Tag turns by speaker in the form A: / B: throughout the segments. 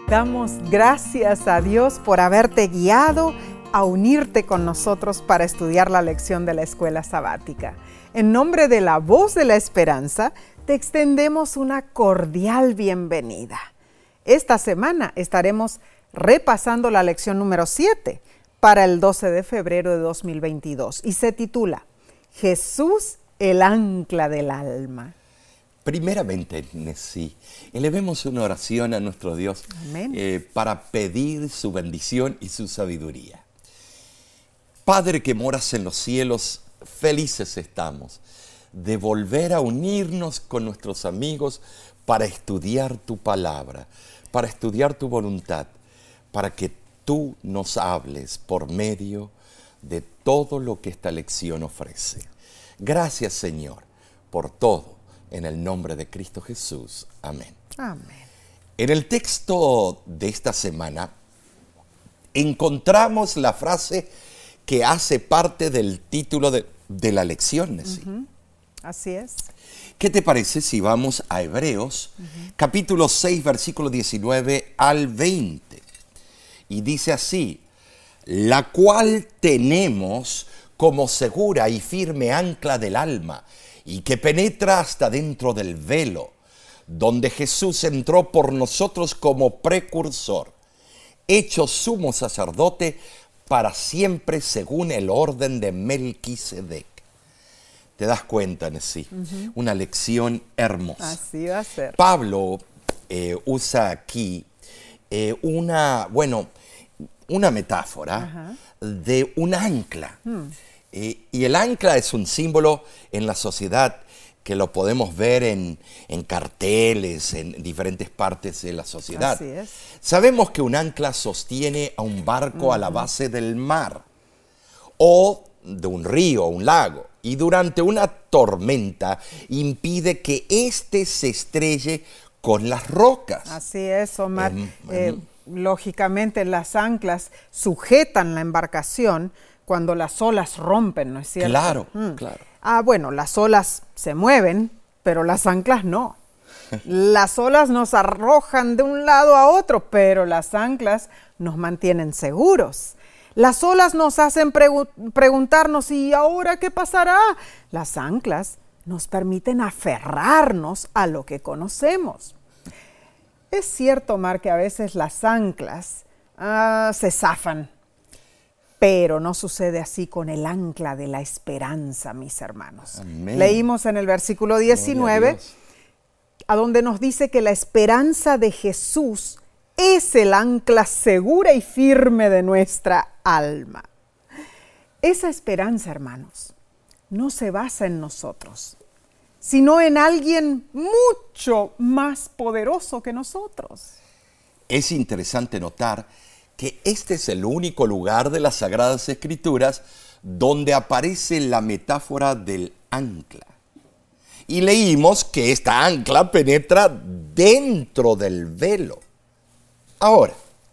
A: Damos gracias a Dios por haberte guiado a unirte con nosotros para estudiar la lección de la escuela sabática. En nombre de la Voz de la Esperanza, te extendemos una cordial bienvenida. Esta semana estaremos repasando la lección número 7 para el 12 de febrero de 2022 y se titula Jesús, el ancla del alma.
B: Primeramente, sí, elevemos una oración a nuestro Dios para pedir su bendición y su sabiduría. Padre que moras en los cielos, felices estamos de volver a unirnos con nuestros amigos para estudiar tu palabra, para estudiar tu voluntad, para que tú nos hables por medio de todo lo que esta lección ofrece. Gracias, Señor, por todo. En el nombre de Cristo Jesús. Amén.
A: Amén.
B: En el texto de esta semana encontramos la frase que hace parte del título de la lección.
A: Así es.
B: ¿Qué te parece si vamos a Hebreos, capítulo 6, versículo 19 al 20? Y dice así, la cual tenemos como segura y firme ancla del alma, y que penetra hasta dentro del velo, donde Jesús entró por nosotros como precursor, hecho sumo sacerdote para siempre según el orden de Melquisedec. ¿Te das cuenta, Nesí? Una lección hermosa.
A: Así va a ser.
B: Pablo usa aquí una metáfora de un ancla. Y el ancla es un símbolo en la sociedad que lo podemos ver en carteles, en diferentes partes de la sociedad.
A: Así es.
B: Sabemos que un ancla sostiene a un barco a la base del mar o de un río o un lago, y durante una tormenta impide que éste se estrelle con las rocas.
A: Así es, Omar. Lógicamente las anclas sujetan la embarcación cuando las olas rompen, ¿no es cierto?
B: Claro, claro.
A: Bueno, las olas se mueven, pero las anclas no. Las olas nos arrojan de un lado a otro, pero las anclas nos mantienen seguros. Las olas nos hacen preguntarnos, ¿y ahora qué pasará? Las anclas nos permiten aferrarnos a lo que conocemos. Es cierto, Omar, que a veces las anclas se zafan. Pero no sucede así con el ancla de la esperanza, mis hermanos.
B: Amén.
A: Leímos en el versículo 19, a donde nos dice que la esperanza de Jesús es el ancla segura y firme de nuestra alma. Esa esperanza, hermanos, no se basa en nosotros, sino en alguien mucho más poderoso que nosotros.
B: Es interesante notar que este es el único lugar de las Sagradas Escrituras donde aparece la metáfora del ancla. Y leímos que esta ancla penetra dentro del velo. Ahora,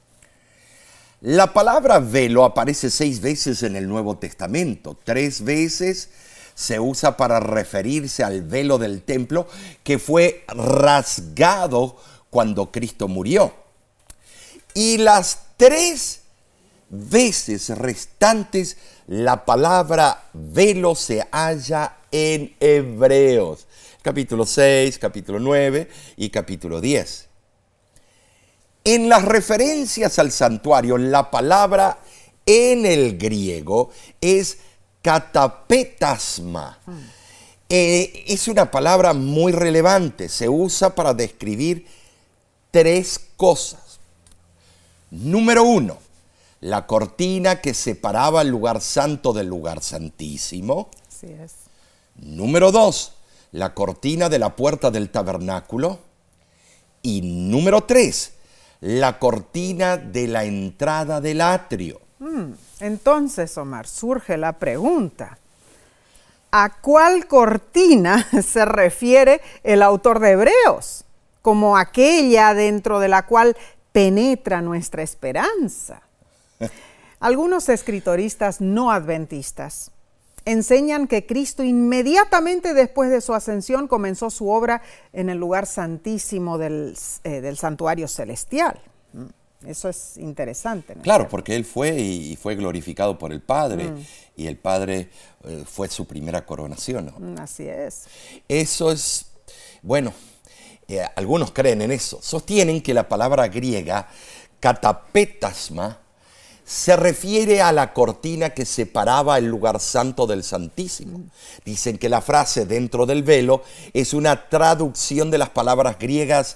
B: la palabra velo aparece 6 veces en el Nuevo Testamento. 3 veces se usa para referirse al velo del templo que fue rasgado cuando Cristo murió. Y las 3 veces restantes la palabra velo se halla en Hebreos, capítulo 6, capítulo 9 y capítulo 10. En las referencias al santuario, la palabra en el griego es katapetasma. Es una palabra muy relevante, se usa para describir 3 cosas. Número 1, la cortina que separaba el lugar santo del lugar santísimo.
A: Así es.
B: Número 2, la cortina de la puerta del tabernáculo. Y número 3, la cortina de la entrada del atrio.
A: Entonces, Omar, surge la pregunta, ¿a cuál cortina se refiere el autor de Hebreos? Como aquella dentro de la cual penetra nuestra esperanza. Algunos escritoristas no adventistas enseñan que Cristo inmediatamente después de su ascensión comenzó su obra en el lugar santísimo del santuario celestial. Eso es interesante, ¿no?
B: Claro, porque él fue y fue glorificado por el Padre, y el Padre fue su primera coronación, ¿no?
A: Así es.
B: Eso es, bueno, algunos creen en eso. Sostienen que la palabra griega katapetasma se refiere a la cortina que separaba el lugar santo del Santísimo. Dicen que la frase dentro del velo es una traducción de las palabras griegas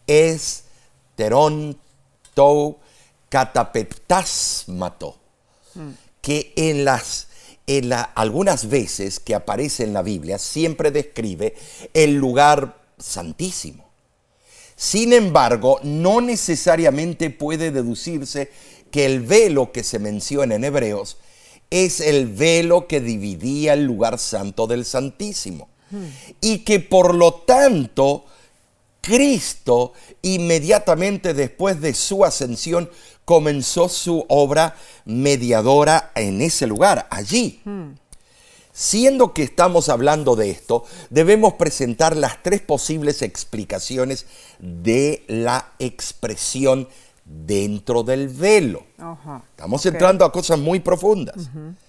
B: teron tou katapetasmato, que algunas veces que aparece en la Biblia siempre describe el lugar santísimo. Sin embargo, no necesariamente puede deducirse que el velo que se menciona en Hebreos es el velo que dividía el lugar santo del Santísimo. Y que por lo tanto, Cristo, inmediatamente después de su ascensión, comenzó su obra mediadora en ese lugar, allí. Siendo que estamos hablando de esto, debemos presentar las tres posibles explicaciones de la expresión dentro del velo. Estamos entrando a cosas muy profundas.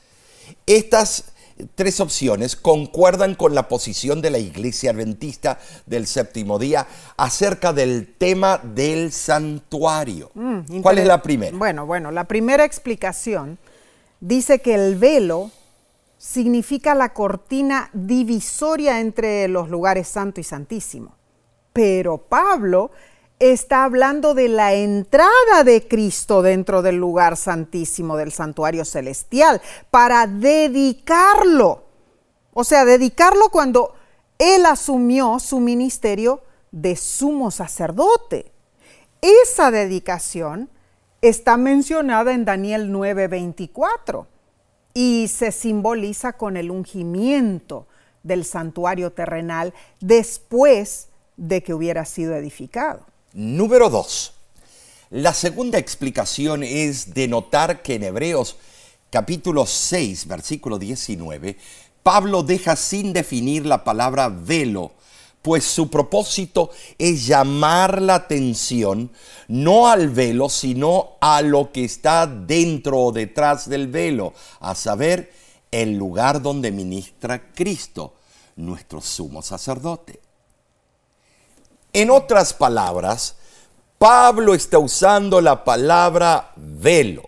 B: Estas tres opciones concuerdan con la posición de la Iglesia Adventista del Séptimo Día acerca del tema del santuario. ¿Cuál es la primera?
A: Bueno, la primera explicación dice que el velo significa la cortina divisoria entre los lugares santo y santísimo. Pero Pablo está hablando de la entrada de Cristo dentro del lugar santísimo del santuario celestial para dedicarlo. O sea, dedicarlo cuando él asumió su ministerio de sumo sacerdote. Esa dedicación está mencionada en Daniel 9:24 y se simboliza con el ungimiento del santuario terrenal después de que hubiera sido edificado.
B: Número 2. La segunda explicación es de notar que en Hebreos capítulo 6, versículo 19, Pablo deja sin definir la palabra velo, pues su propósito es llamar la atención no al velo, sino a lo que está dentro o detrás del velo, a saber, el lugar donde ministra Cristo, nuestro sumo sacerdote. En otras palabras, Pablo está usando la palabra velo,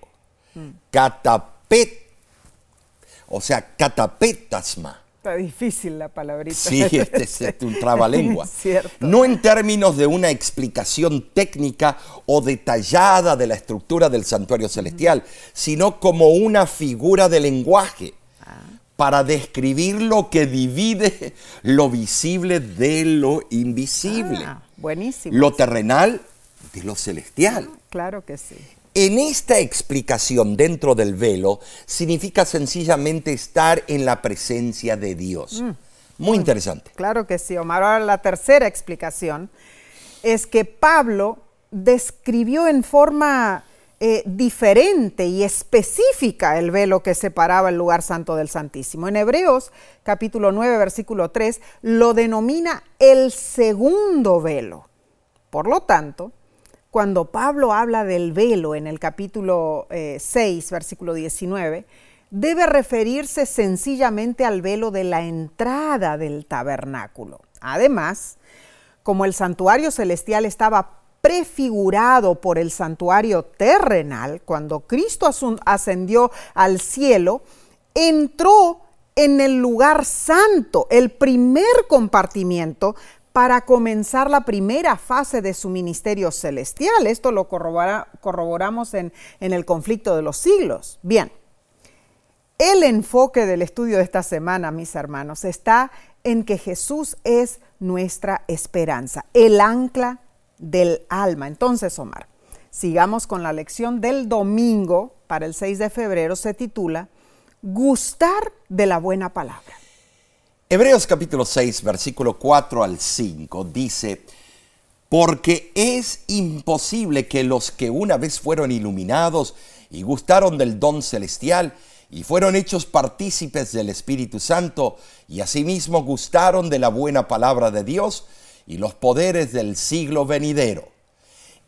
B: katapetasma.
A: Está difícil la palabrita.
B: Sí, es un trabalengua.
A: Cierto.
B: No en términos de una explicación técnica o detallada de la estructura del santuario celestial, sino como una figura de lenguaje para describir lo que divide lo visible de lo invisible.
A: Buenísimo.
B: Lo terrenal de lo celestial.
A: Claro que sí.
B: En esta explicación dentro del velo significa sencillamente estar en la presencia de Dios. Muy interesante.
A: Claro que sí, Omar. Ahora la tercera explicación es que Pablo describió en forma diferente y específica el velo que separaba el lugar santo del Santísimo. En Hebreos capítulo 9, versículo 3, lo denomina el segundo velo. Por lo tanto, cuando Pablo habla del velo en el capítulo 6, versículo 19, debe referirse sencillamente al velo de la entrada del tabernáculo. Además, como el santuario celestial estaba prefigurado por el santuario terrenal, cuando Cristo ascendió al cielo, entró en el lugar santo, el primer compartimiento, para comenzar la primera fase de su ministerio celestial. Esto lo corroboramos en el conflicto de los siglos. Bien, el enfoque del estudio de esta semana, mis hermanos, está en que Jesús es nuestra esperanza, el ancla del alma. Entonces, Omar, sigamos con la lección del domingo para el 6 de febrero. Se titula Gustar de la buena palabra.
B: Hebreos capítulo 6, versículo 4 al 5 dice: porque es imposible que los que una vez fueron iluminados y gustaron del don celestial y fueron hechos partícipes del Espíritu Santo y asimismo gustaron de la buena palabra de Dios y los poderes del siglo venidero,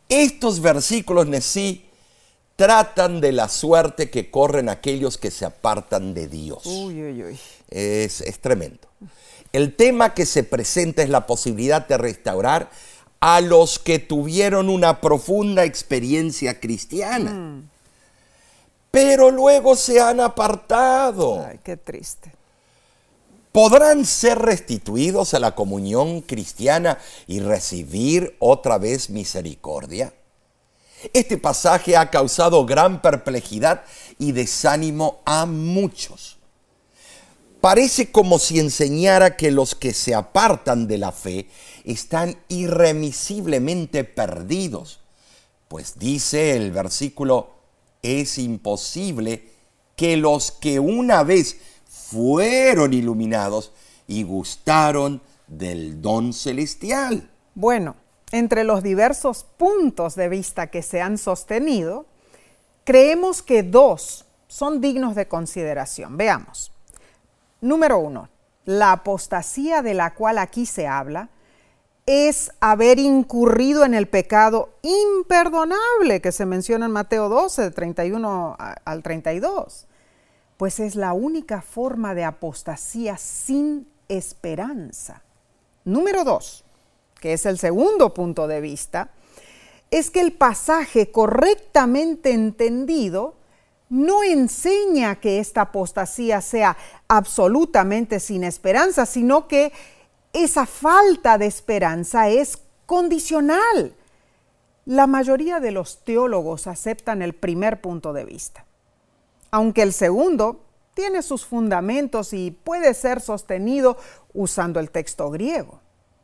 B: Estos versículos en sí tratan de la suerte que corren aquellos que se apartan de Dios.
A: Uy, uy, uy.
B: Es tremendo. El tema que se presenta es la posibilidad de restaurar a los que tuvieron una profunda experiencia cristiana, pero luego se han apartado.
A: Ay, qué triste.
B: ¿Podrán ser restituidos a la comunión cristiana y recibir otra vez misericordia? Este pasaje ha causado gran perplejidad y desánimo a muchos. Parece como si enseñara que los que se apartan de la fe están irremisiblemente perdidos, pues dice el versículo, es imposible que los que una vez fueron iluminados y gustaron del don celestial.
A: Bueno, entre los diversos puntos de vista que se han sostenido, creemos que dos son dignos de consideración. Veamos. Número 1, la apostasía de la cual aquí se habla es haber incurrido en el pecado imperdonable que se menciona en Mateo 12, 31 al 32, pues es la única forma de apostasía sin esperanza. Número 2, que es el segundo punto de vista, es que el pasaje correctamente entendido no enseña que esta apostasía sea absolutamente sin esperanza, sino que esa falta de esperanza es condicional. La mayoría de los teólogos aceptan el primer punto de vista, aunque el segundo tiene sus fundamentos y puede ser sostenido usando el texto griego.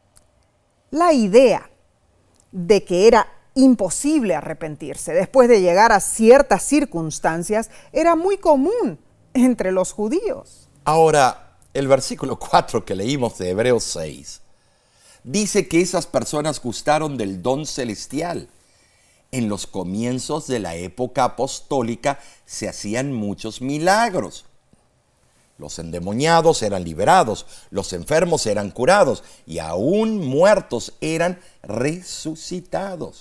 A: La idea de que era imposible arrepentirse después de llegar a ciertas circunstancias era muy común entre los judíos.
B: Ahora, el versículo 4 que leímos de Hebreos 6 dice que esas personas gustaron del don celestial. En los comienzos de la época apostólica se hacían muchos milagros. Los endemoniados eran liberados, los enfermos eran curados y aún muertos eran resucitados.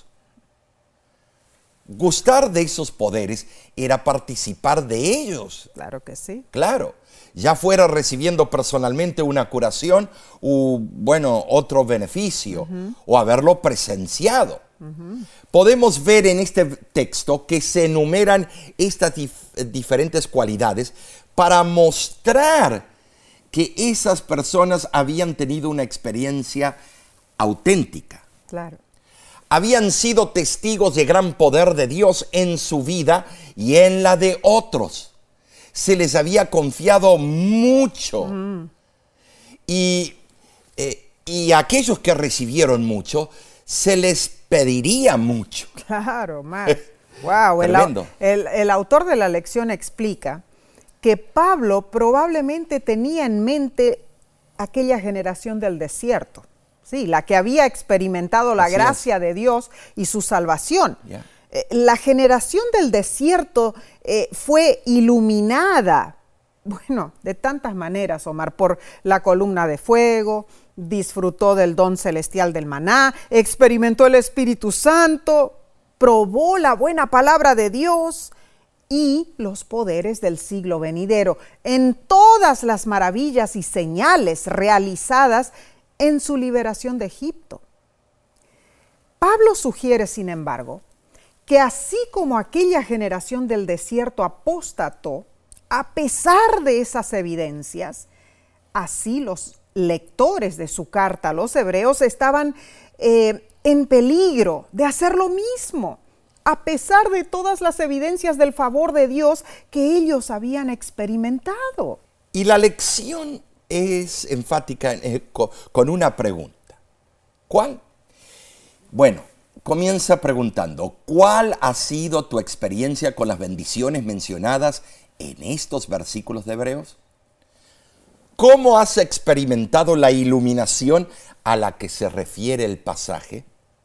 B: Gustar de esos poderes era participar de ellos.
A: Claro que sí.
B: Claro, ya fuera recibiendo personalmente una curación u, otro beneficio, o haberlo presenciado. Podemos ver en este texto que se enumeran estas diferentes cualidades para mostrar que esas personas habían tenido una experiencia auténtica.
A: Claro.
B: Habían sido testigos de gran poder de Dios en su vida y en la de otros. Se les había confiado mucho. Y a aquellos que recibieron mucho, se les pediría mucho.
A: Claro, Mar. Wow,
B: Tremendo.
A: el autor de la lección explica que Pablo probablemente tenía en mente aquella generación del desierto. Sí, la que había experimentado la gracia de Dios y su salvación.
B: Yeah.
A: La generación del desierto fue iluminada, de tantas maneras, Omar, por la columna de fuego, disfrutó del don celestial del maná, experimentó el Espíritu Santo, probó la buena palabra de Dios y los poderes del siglo venidero, en todas las maravillas y señales realizadas en su liberación de Egipto. Pablo sugiere, sin embargo, que así como aquella generación del desierto apostató, a pesar de esas evidencias, así los lectores de su carta a los hebreos estaban en peligro de hacer lo mismo, a pesar de todas las evidencias del favor de Dios que ellos habían experimentado.
B: Y la lección es enfática con una pregunta. ¿Cuál? Bueno, comienza preguntando, ¿cuál ha sido tu experiencia con las bendiciones mencionadas en estos versículos de Hebreos? ¿Cómo has experimentado la iluminación a la que se refiere el pasaje?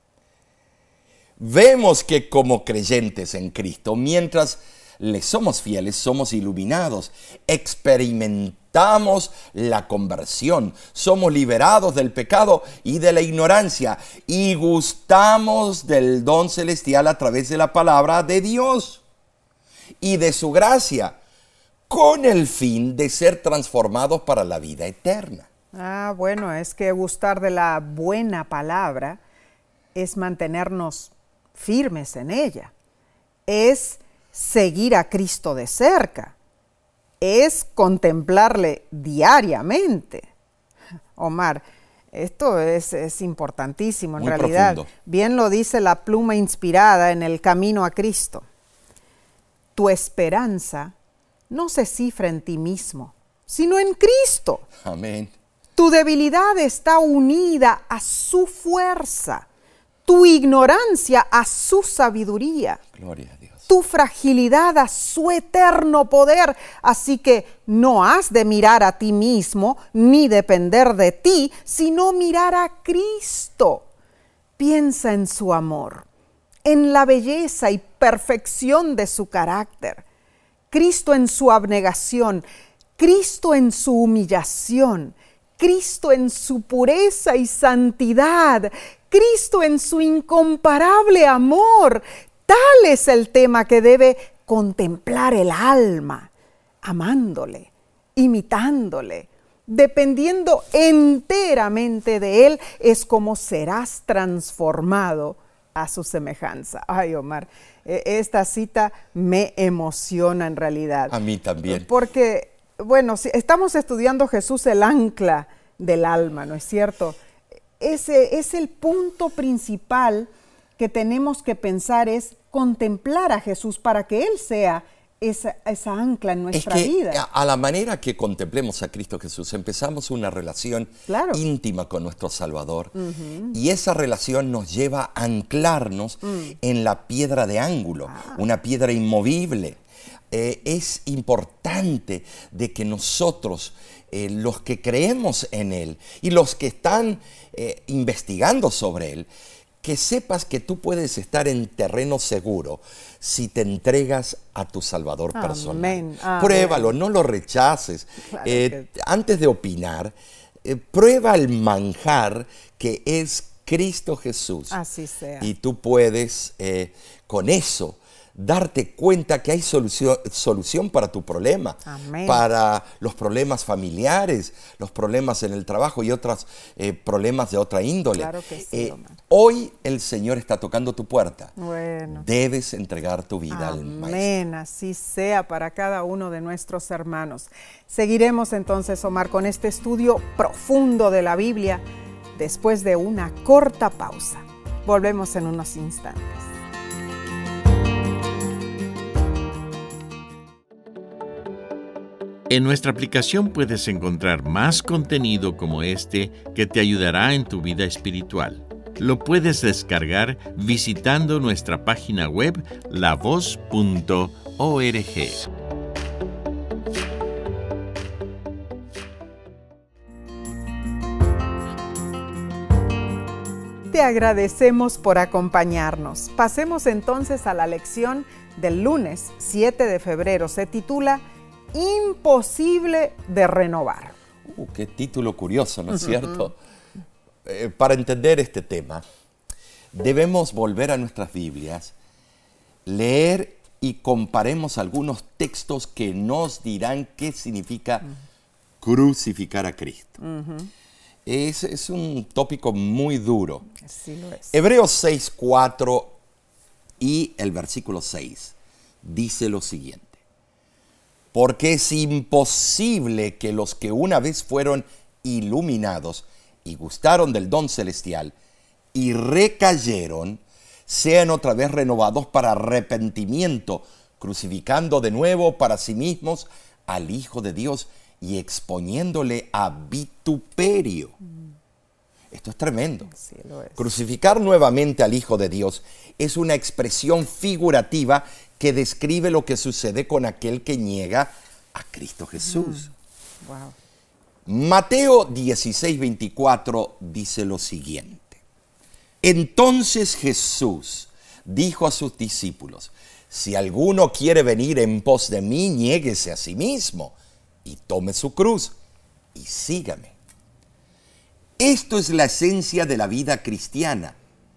B: Vemos que como creyentes en Cristo, mientras le somos fieles, somos iluminados, experimentamos experimentamos la conversión, somos liberados del pecado y de la ignorancia y gustamos del don celestial a través de la palabra de Dios y de su gracia, con el fin de ser transformados para la vida eterna.
A: Bueno, es que gustar de la buena palabra es mantenernos firmes en ella, es seguir a Cristo de cerca, es contemplarle diariamente. Omar, esto es importantísimo en
B: Muy
A: realidad.
B: profundo.
A: Bien lo dice la pluma inspirada en El Camino a Cristo. Tu esperanza no se cifra en ti mismo, sino en Cristo.
B: Amén.
A: Tu debilidad está unida a su fuerza, tu ignorancia a su sabiduría,
B: Gloria a Dios.
A: tu fragilidad a su eterno poder. Así que no has de mirar a ti mismo ni depender de ti, sino mirar a Cristo. Piensa en su amor, en la belleza y perfección de su carácter. Cristo en su abnegación, Cristo en su humillación, Cristo en su pureza y santidad, Cristo en su incomparable amor. Tal es el tema que debe contemplar el alma, amándole, imitándole, dependiendo enteramente de Él, es como serás transformado a su semejanza. Ay, Omar, esta cita me emociona en realidad.
B: A mí también.
A: Porque, bueno, si estamos estudiando Jesús, el ancla del alma, ¿no es cierto? Ese es el punto principal que tenemos que pensar, es contemplar a Jesús para que Él sea esa ancla en nuestra vida.
B: A la manera que contemplemos a Cristo Jesús, empezamos una relación íntima con nuestro Salvador. Y esa relación nos lleva a anclarnos en la piedra de ángulo, una piedra inmovible. Es importante de que nosotros, los que creemos en Él y los que están investigando sobre Él, que sepas que tú puedes estar en terreno seguro si te entregas a tu Salvador personal.
A: Amén.
B: Pruébalo, no lo rechaces.
A: Claro
B: antes de opinar, prueba el manjar que es Cristo Jesús.
A: Así sea.
B: Y tú puedes con eso darte cuenta que hay solución para tu problema,
A: Amén.
B: para los problemas familiares, los problemas en el trabajo y otros problemas de otra índole.
A: Claro que sí, Omar.
B: Hoy el Señor está tocando tu puerta.
A: Bueno.
B: Debes entregar tu vida al Maestro.
A: Amén, así sea para cada uno de nuestros hermanos. Seguiremos entonces, Omar, con este estudio profundo de la Biblia después de una corta pausa. Volvemos en unos instantes.
C: En nuestra aplicación puedes encontrar más contenido como este que te ayudará en tu vida espiritual. Lo puedes descargar visitando nuestra página web lavoz.org.
A: Te agradecemos por acompañarnos. Pasemos entonces a la lección del lunes 7 de febrero. Se titula Imposible de renovar.
B: Qué título curioso, ¿no es cierto? Para entender este tema, debemos volver a nuestras Biblias, leer y comparemos algunos textos que nos dirán qué significa crucificar a Cristo. Es un tópico muy duro.
A: Sí lo es.
B: Hebreos 6:4 y el versículo 6 dice lo siguiente. Porque es imposible que los que una vez fueron iluminados y gustaron del don celestial y recayeron, sean otra vez renovados para arrepentimiento, crucificando de nuevo para sí mismos al Hijo de Dios y exponiéndole a vituperio. Esto es tremendo.
A: Sí, lo es.
B: Crucificar nuevamente al Hijo de Dios es una expresión figurativa que describe lo que sucede con aquel que niega a Cristo Jesús.
A: Wow.
B: Mateo 16:24 dice lo siguiente. Entonces Jesús dijo a sus discípulos, si alguno quiere venir en pos de mí, niéguese a sí mismo y tome su cruz y sígame. Esto es la esencia de la vida cristiana.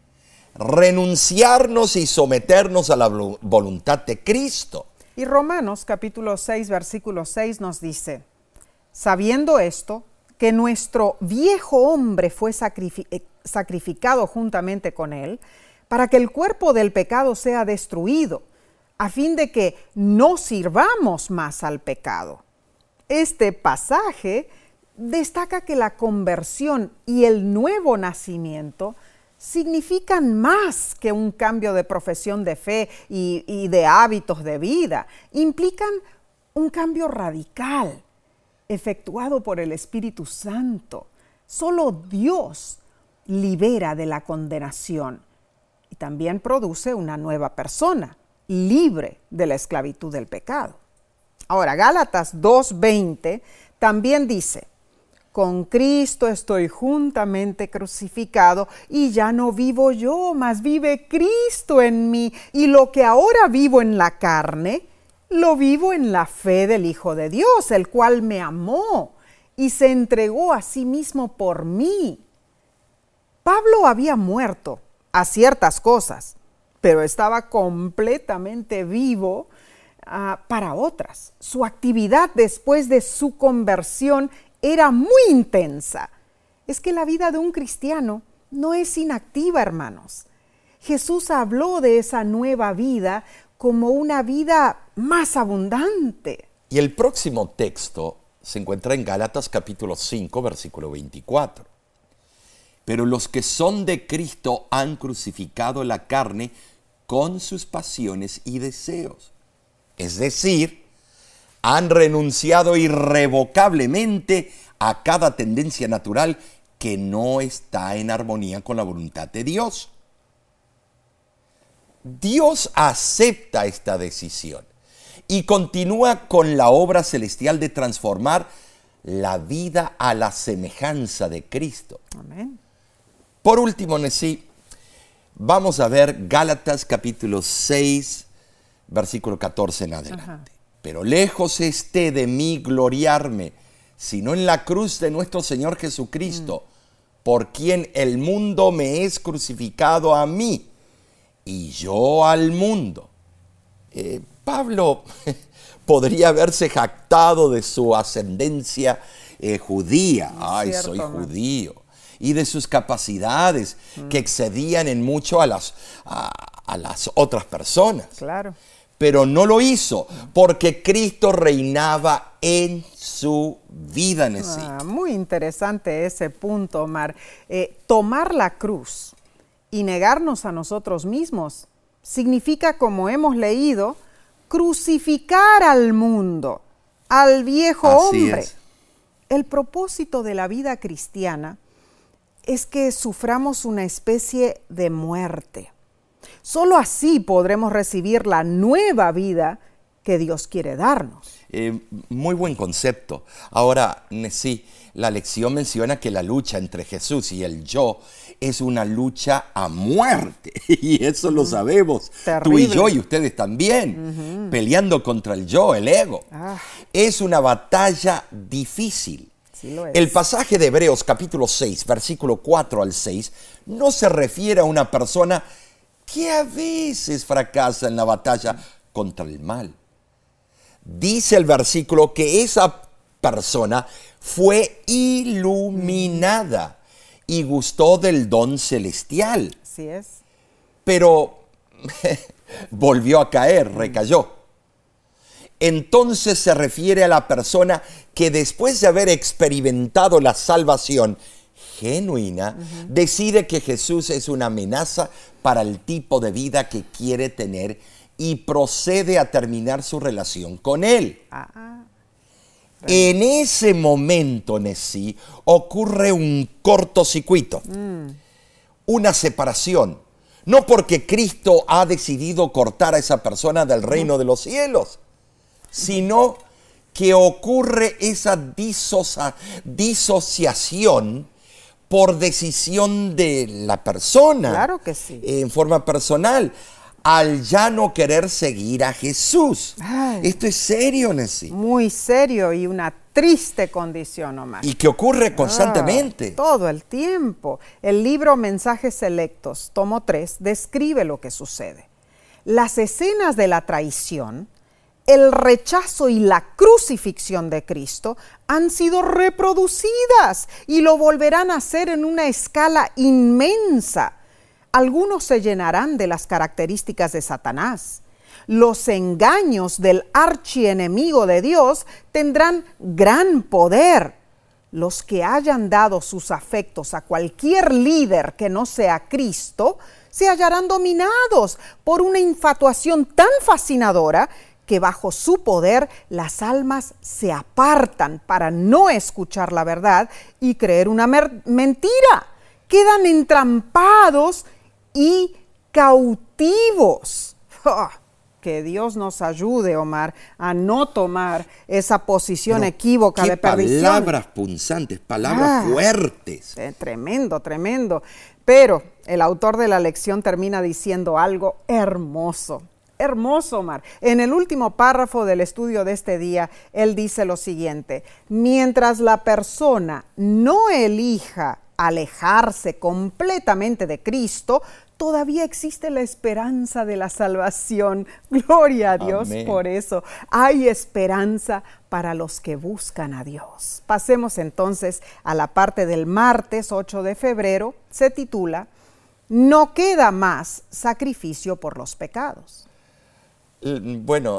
B: Renunciarnos y someternos a la voluntad de Cristo.
A: Y Romanos capítulo 6, versículo 6 nos dice, sabiendo esto, que nuestro viejo hombre fue sacrificado juntamente con él, para que el cuerpo del pecado sea destruido, a fin de que no sirvamos más al pecado. Este pasaje destaca que la conversión y el nuevo nacimiento significan más que un cambio de profesión de fe y de hábitos de vida. Implican un cambio radical, efectuado por el Espíritu Santo. Solo Dios libera de la condenación y también produce una nueva persona, libre de la esclavitud del pecado. Ahora, Gálatas 2:20 también dice, con Cristo estoy juntamente crucificado y ya no vivo yo, mas vive Cristo en mí. Y lo que ahora vivo en la carne, lo vivo en la fe del Hijo de Dios, el cual me amó y se entregó a sí mismo por mí. Pablo había muerto a ciertas cosas, pero estaba completamente vivo para otras. Su actividad después de su conversión era muy intensa. Es que la vida de un cristiano no es inactiva, hermanos. Jesús habló de esa nueva vida como una vida más abundante.
B: Y el próximo texto se encuentra en Gálatas capítulo 5, versículo 24. Pero los que son de Cristo han crucificado la carne con sus pasiones y deseos. Es decir, han renunciado irrevocablemente a cada tendencia natural que no está en armonía con la voluntad de Dios. Dios acepta esta decisión y continúa con la obra celestial de transformar la vida a la semejanza de Cristo.
A: Amén.
B: Por último, Nesí, vamos a ver Gálatas capítulo 6, versículo 14 en adelante. Ajá. Pero lejos esté de mí gloriarme, sino en la cruz de nuestro Señor Jesucristo, por quien el mundo me es crucificado a mí y yo al mundo. Pablo podría haberse jactado de su ascendencia judía. Ay, cierto, soy judío. Y de sus capacidades que excedían en mucho a las otras personas.
A: Claro.
B: Pero no lo hizo porque Cristo reinaba en su vida, Nesí.
A: Muy interesante ese punto, Omar. Tomar la cruz y negarnos a nosotros mismos significa, como hemos leído, crucificar al mundo, al viejo hombre.
B: Es.
A: El propósito de la vida cristiana es que suframos una especie de muerte. Solo así podremos recibir la nueva vida que Dios quiere darnos.
B: Muy buen concepto. Ahora, Nesí, la lección menciona que la lucha entre Jesús y el yo es una lucha a muerte. Y eso lo sabemos.
A: Terrible.
B: Tú y yo y ustedes también. Peleando contra el yo, el ego. Es una batalla difícil.
A: Sí lo es.
B: El pasaje de Hebreos capítulo 6, versículo 4 al 6, no se refiere a una persona que a veces fracasa en la batalla contra el mal. Dice el versículo que esa persona fue iluminada y gustó del don celestial.
A: Así es.
B: Pero volvió a caer, recayó. Entonces se refiere a la persona que después de haber experimentado la salvación genuina, decide que Jesús es una amenaza para el tipo de vida que quiere tener y procede a terminar su relación con él. En ese momento, Nesí, ocurre un cortocircuito, una separación. No porque Cristo ha decidido cortar a esa persona del reino de los cielos, sino que ocurre esa disociación por decisión de la persona.
A: Claro que sí.
B: En forma personal. al ya no querer seguir a Jesús.
A: Ay.
B: Esto es serio, Nessie.
A: Muy serio y una triste condición, Omar.
B: Y que ocurre constantemente.
A: Todo el tiempo. El libro Mensajes Selectos, tomo 3, describe lo que sucede. Las escenas de la traición, el rechazo y la crucifixión de Cristo han sido reproducidas y lo volverán a hacer en una escala inmensa. Algunos se llenarán de las características de Satanás. Los engaños del archienemigo de Dios tendrán gran poder. Los que hayan dado sus afectos a cualquier líder que no sea Cristo se hallarán dominados por una infatuación tan fascinadora que bajo su poder las almas se apartan para no escuchar la verdad y creer una mentira. Quedan entrampados y cautivos. ¡Oh! Que Dios nos ayude, Omar, a no tomar esa posición equívoca de perdición.
B: Palabras punzantes, palabras fuertes.
A: Tremendo, tremendo. Pero el autor de la lección termina diciendo algo hermoso. Hermoso, Omar. En el último párrafo del estudio de este día, él dice lo siguiente: mientras la persona no elija alejarse completamente de Cristo, todavía existe la esperanza de la salvación. Gloria a Dios. Amén. Por eso hay esperanza para los que buscan a Dios. Pasemos entonces a la parte del martes 8 de febrero. Se titula No queda más sacrificio por los pecados.
B: Bueno,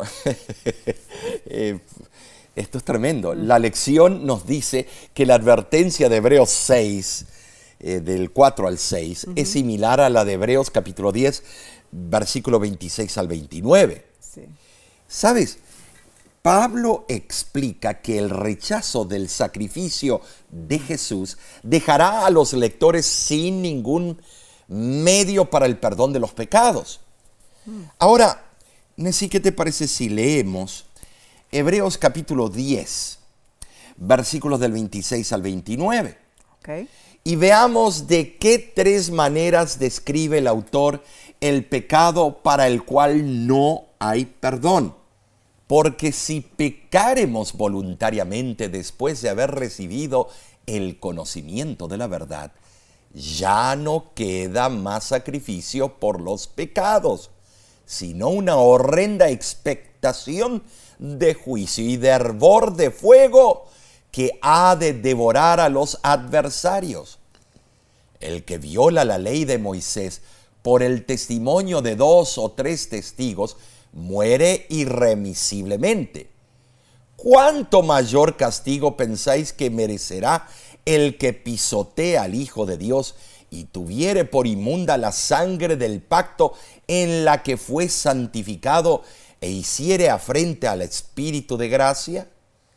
B: esto es tremendo. La lección nos dice que la advertencia de Hebreos 6, del 4 al 6, es similar a la de Hebreos capítulo 10, versículo 26 al 29.
A: Sí.
B: ¿Sabes? Pablo explica que el rechazo del sacrificio de Jesús dejará a los lectores sin ningún medio para el perdón de los pecados. Ahora, Nessie, ¿qué te parece si leemos Hebreos capítulo 10, versículos del 26 al 29?
A: Okay.
B: Y veamos de qué 3 maneras describe el autor el pecado para el cual no hay perdón. Porque si pecaremos voluntariamente después de haber recibido el conocimiento de la verdad, ya no queda más sacrificio por los pecados, sino una horrenda expectación de juicio y de hervor de fuego que ha de devorar a los adversarios. El que viola la ley de Moisés por el testimonio de 2 o 3 testigos muere irremisiblemente. ¿Cuánto mayor castigo pensáis que merecerá el que pisotea al Hijo de Dios y tuviere por inmunda la sangre del pacto en la que fue santificado e hiciere afrente al Espíritu de gracia?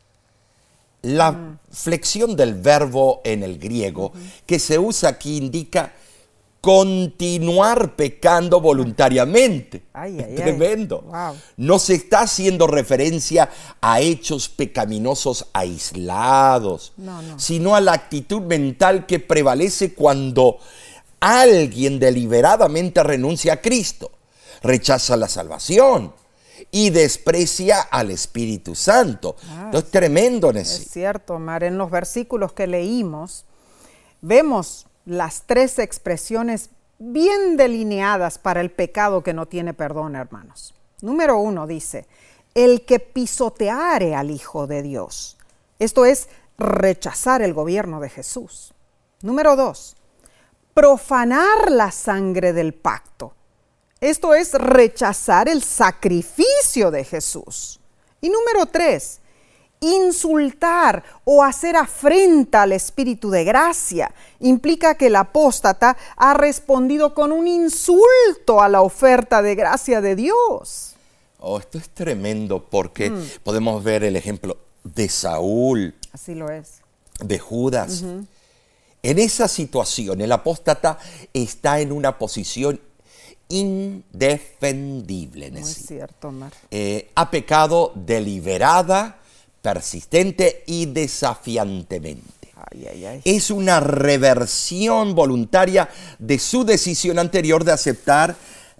B: La flexión del verbo en el griego que se usa aquí indica continuar pecando voluntariamente. Tremendo.
A: Wow.
B: No se está haciendo referencia a hechos pecaminosos aislados, sino a la actitud mental que prevalece cuando alguien deliberadamente renuncia a Cristo, rechaza la salvación y desprecia al Espíritu Santo. Esto es tremendo, Nessie.
A: Es cierto, Omar. En los versículos que leímos, vemos las 3 expresiones bien delineadas para el pecado que no tiene perdón, hermanos. Número 1 dice, el que pisoteare al Hijo de Dios. Esto es rechazar el gobierno de Jesús. Número 2, profanar la sangre del pacto. Esto es rechazar el sacrificio de Jesús. Y número 3, insultar o hacer afrenta al Espíritu de gracia. Implica que el apóstata ha respondido con un insulto a la oferta de gracia de Dios.
B: Esto es tremendo porque podemos ver el ejemplo de Saúl.
A: Así lo es.
B: De Judas. En esa situación, el apóstata está en una posición indefendible.
A: Muy cierto, Omar.
B: Ha pecado deliberada, persistente y desafiantemente. Es una reversión voluntaria de su decisión anterior de aceptar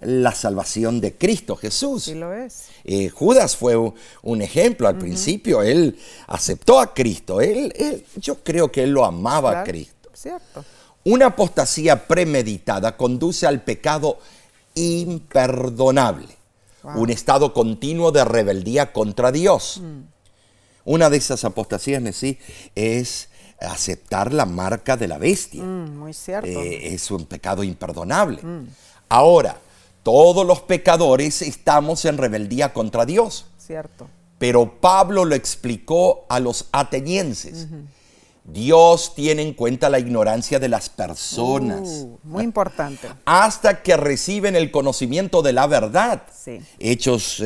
B: la salvación de Cristo Jesús.
A: Sí lo es.
B: Judas fue un ejemplo al principio. Él aceptó a Cristo. Yo creo que él lo amaba a Cristo.
A: Cierto.
B: Una apostasía premeditada conduce al pecado imperdonable. Un estado continuo de rebeldía contra Dios. Una de esas apostasías, sí, es aceptar la marca de la bestia.
A: Muy cierto.
B: Es un pecado imperdonable. Ahora, todos los pecadores estamos en rebeldía contra Dios.
A: Cierto.
B: Pero Pablo lo explicó a los atenienses. Dios tiene en cuenta la ignorancia de las personas.
A: Muy importante.
B: Hasta que reciben el conocimiento de la verdad.
A: Sí.
B: Hechos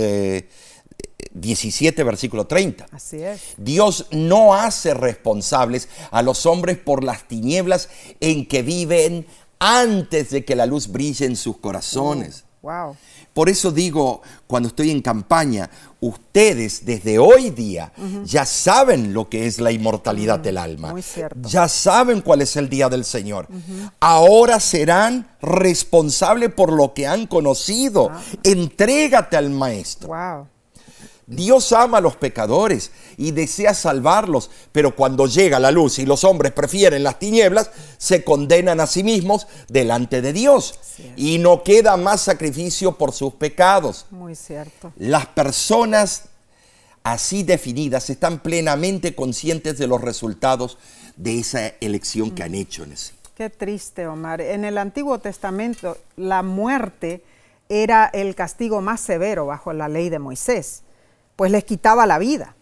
B: 17, versículo 30.
A: Así es.
B: Dios no hace responsables a los hombres por las tinieblas en que viven antes de que la luz brille en sus corazones.
A: Wow.
B: Por eso digo, cuando estoy en campaña, ustedes desde hoy día ya saben lo que es la inmortalidad del alma.
A: Muy cierto.
B: Ya saben cuál es el día del Señor. Ahora serán responsables por lo que han conocido. Entrégate al Maestro.
A: Wow.
B: Dios ama a los pecadores y desea salvarlos, pero cuando llega la luz y los hombres prefieren las tinieblas, se condenan a sí mismos delante de Dios y no queda más sacrificio por sus pecados.
A: Muy cierto.
B: Las personas así definidas están plenamente conscientes de los resultados de esa elección que han hecho en sí.
A: Qué triste, Omar. En el Antiguo Testamento, la muerte era el castigo más severo bajo la ley de Moisés, pues les quitaba la vida.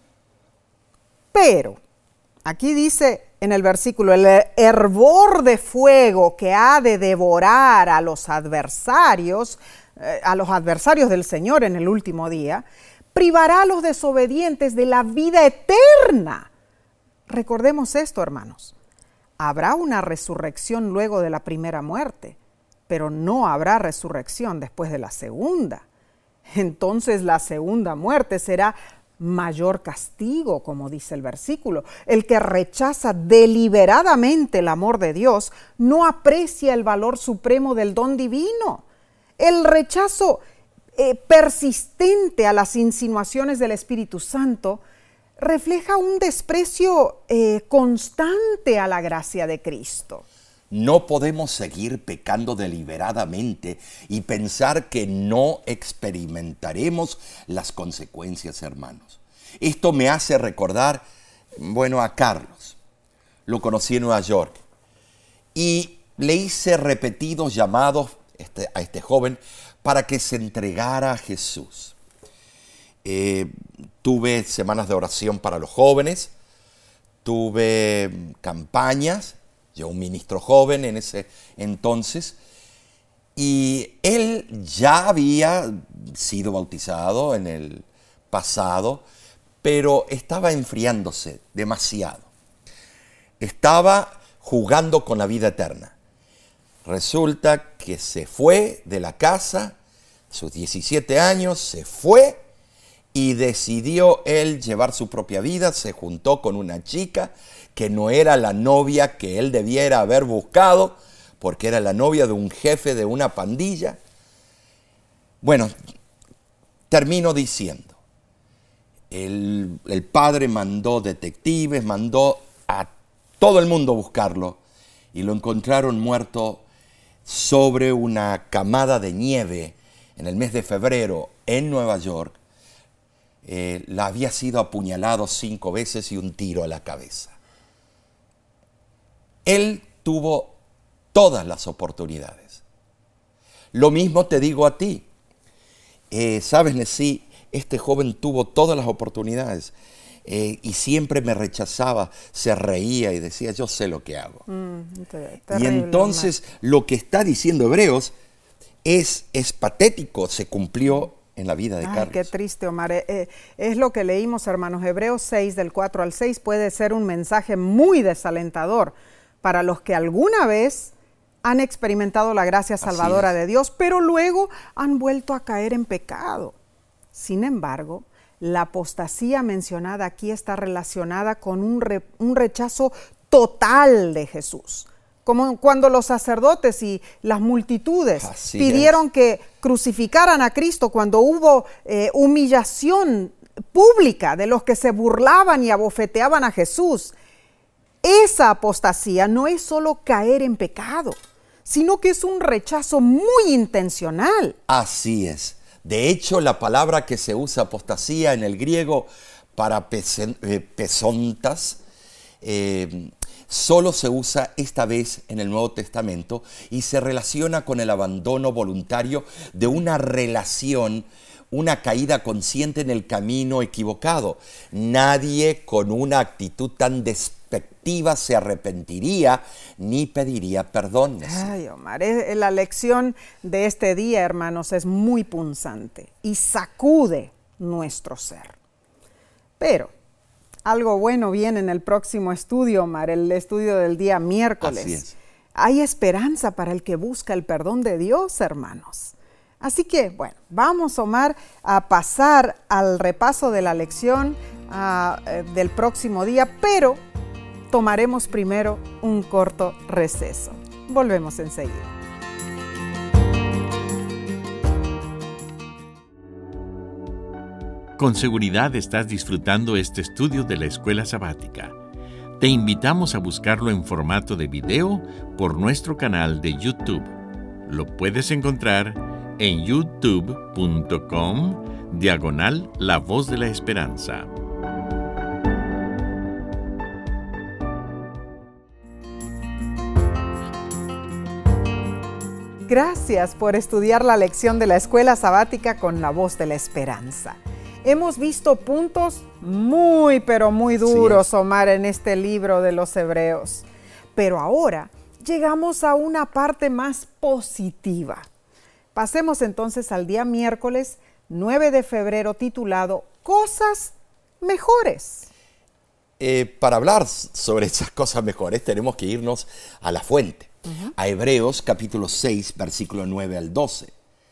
A: Pero, aquí dice en el versículo, el hervor de fuego que ha de devorar a los adversarios del Señor en el último día, privará a los desobedientes de la vida eterna. Recordemos esto, hermanos. Habrá una resurrección luego de la primera muerte, pero no habrá resurrección después de la segunda. Entonces la segunda muerte será mayor castigo, como dice el versículo. El que rechaza deliberadamente el amor de Dios no aprecia el valor supremo del don divino. El rechazo persistente a las insinuaciones del Espíritu Santo refleja un desprecio constante a la gracia de Cristo.
B: No podemos seguir pecando deliberadamente y pensar que no experimentaremos las consecuencias, hermanos. Esto me hace recordar, a Carlos. Lo conocí en Nueva York y le hice repetidos llamados a este joven para que se entregara a Jesús. Tuve semanas de oración para los jóvenes, tuve campañas. Yo un ministro joven en ese entonces, y él ya había sido bautizado en el pasado, pero estaba enfriándose demasiado. Estaba jugando con la vida eterna. Resulta que se fue de la casa, a sus 17 años, se fue y decidió él llevar su propia vida. Se juntó con una chica que no era la novia que él debiera haber buscado, porque era la novia de un jefe de una pandilla. Bueno, termino diciendo, el padre mandó detectives, mandó a todo el mundo a buscarlo, y lo encontraron muerto sobre una camada de nieve en el mes de febrero en Nueva York. La había sido apuñalado 5 veces y un tiro a la cabeza. Él tuvo todas las oportunidades. Lo mismo te digo a ti. Sabes, Nesí, este joven tuvo todas las oportunidades y siempre me rechazaba, se reía y decía, yo sé lo que hago. Y entonces lo que está diciendo Hebreos es patético, se cumplió en la vida de Carlos.
A: Qué triste, Omar. Es lo que leímos, hermanos. Hebreos 6, del 4 al 6, puede ser un mensaje muy desalentador para los que alguna vez han experimentado la gracia salvadora de Dios, pero luego han vuelto a caer en pecado. Sin embargo, la apostasía mencionada aquí está relacionada con un rechazo total de Jesús. como cuando los sacerdotes y las multitudes
B: Así
A: pidieron que crucificaran a Cristo, cuando hubo humillación pública de los que se burlaban y abofeteaban a Jesús. Esa apostasía no es solo caer en pecado, sino que es un rechazo muy intencional.
B: Así es. De hecho, la palabra que se usa apostasía en el griego para pesontas, solo se usa esta vez en el Nuevo Testamento y se relaciona con el abandono voluntario de una relación, una caída consciente en el camino equivocado. Nadie con una actitud tan despectiva se arrepentiría ni pediría perdón.
A: Ay, Omar, la lección de este día, hermanos, es muy punzante y sacude nuestro ser. Pero algo bueno viene en el próximo estudio, Omar, el estudio del día miércoles.
B: Así es.
A: Hay esperanza para el que busca el perdón de Dios, hermanos. Así que, bueno, vamos, Omar, a pasar al repaso de la lección del próximo día, pero tomaremos primero un corto receso. Volvemos enseguida.
C: Con seguridad estás disfrutando este estudio de la Escuela Sabática. Te invitamos a buscarlo en formato de video por nuestro canal de YouTube. Lo puedes encontrar en youtube.com/La Voz de la Esperanza.
A: Gracias por estudiar la lección de la Escuela Sabática con la Voz de la Esperanza. Hemos visto puntos muy, pero muy duros,
B: Sí.
A: Omar, en este libro de los Hebreos. Pero ahora llegamos a una parte más positiva. Pasemos entonces al día miércoles 9 de febrero titulado Cosas Mejores.
B: Para hablar sobre esas cosas mejores tenemos que irnos a la fuente, a Hebreos capítulo 6, versículo 9 al 12.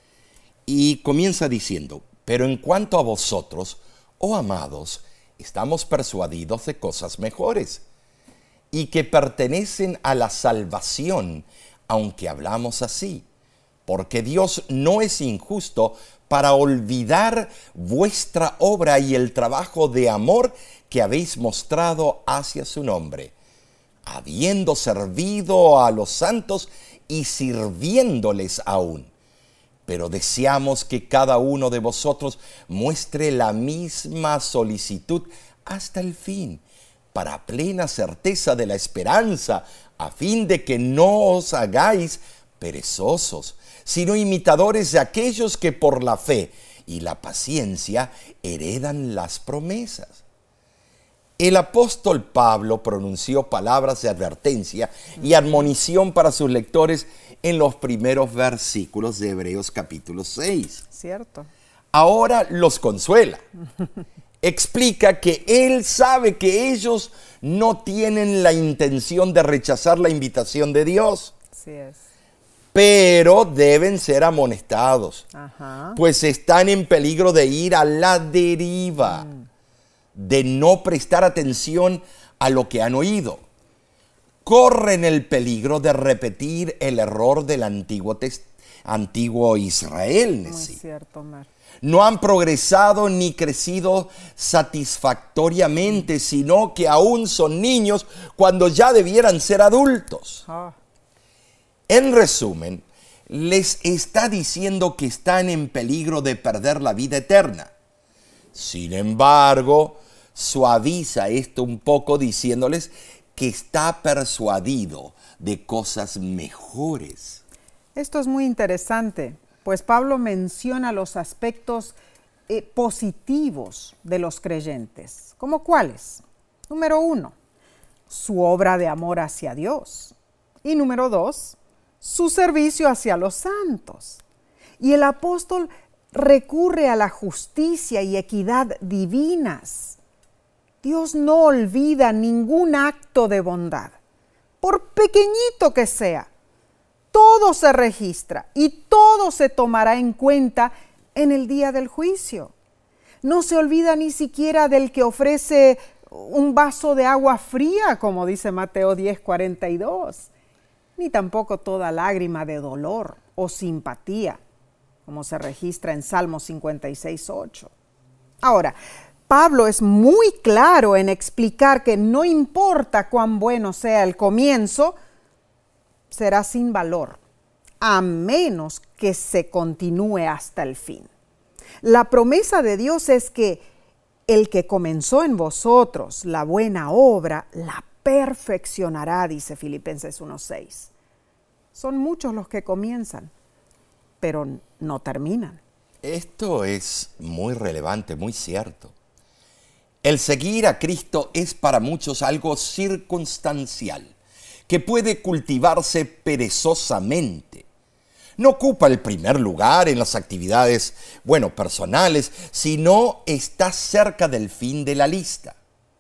B: Y comienza diciendo: pero en cuanto a vosotros, oh amados, estamos persuadidos de cosas mejores y que pertenecen a la salvación, aunque hablamos así, porque Dios no es injusto para olvidar vuestra obra y el trabajo de amor que habéis mostrado hacia su nombre, habiendo servido a los santos y sirviéndoles aún. Pero deseamos que cada uno de vosotros muestre la misma solicitud hasta el fin, para plena certeza de la esperanza, a fin de que no os hagáis perezosos, sino imitadores de aquellos que por la fe y la paciencia heredan las promesas. El apóstol Pablo pronunció palabras de advertencia y admonición para sus lectores en los primeros versículos de Hebreos capítulo 6.
A: ¿Cierto?
B: Ahora los consuela. Explica que él sabe que ellos no tienen la intención de rechazar la invitación de Dios,
A: Así es.
B: pero deben ser amonestados,
A: Ajá.
B: pues están en peligro de ir a la deriva, de no prestar atención a lo que han oído. Corren el peligro de repetir el error del antiguo Israel.
A: Muy cierto, Omar.
B: No han progresado ni crecido satisfactoriamente, sino que aún son niños cuando ya debieran ser adultos.
A: Ah,
B: En resumen, les está diciendo que están en peligro de perder la vida eterna. Sin embargo, suaviza esto un poco diciéndoles que está persuadido de cosas mejores.
A: esto es muy interesante, pues Pablo menciona los aspectos positivos de los creyentes. ¿Cómo cuáles? Número 1, su obra de amor hacia Dios. Y número 2, su servicio hacia los santos. Y el apóstol recurre a la justicia y equidad divinas. Dios no olvida ningún acto de bondad, por pequeñito que sea. Todo se registra y todo se tomará en cuenta en el día del juicio. No se olvida ni siquiera del que ofrece un vaso de agua fría, como dice Mateo 10:42. ni tampoco toda lágrima de dolor o simpatía, como se registra en Salmo 56:8. Ahora, Pablo es muy claro en explicar que no importa cuán bueno sea el comienzo, será sin valor, a menos que se continúe hasta el fin. La promesa de Dios es que el que comenzó en vosotros la buena obra, la perfeccionará, dice Filipenses 1:6. Son muchos los que comienzan, pero no terminan.
B: Esto es muy relevante, muy cierto. El seguir a Cristo es para muchos algo circunstancial, que puede cultivarse perezosamente. No ocupa el primer lugar en las actividades, personales, sino está cerca del fin de la lista.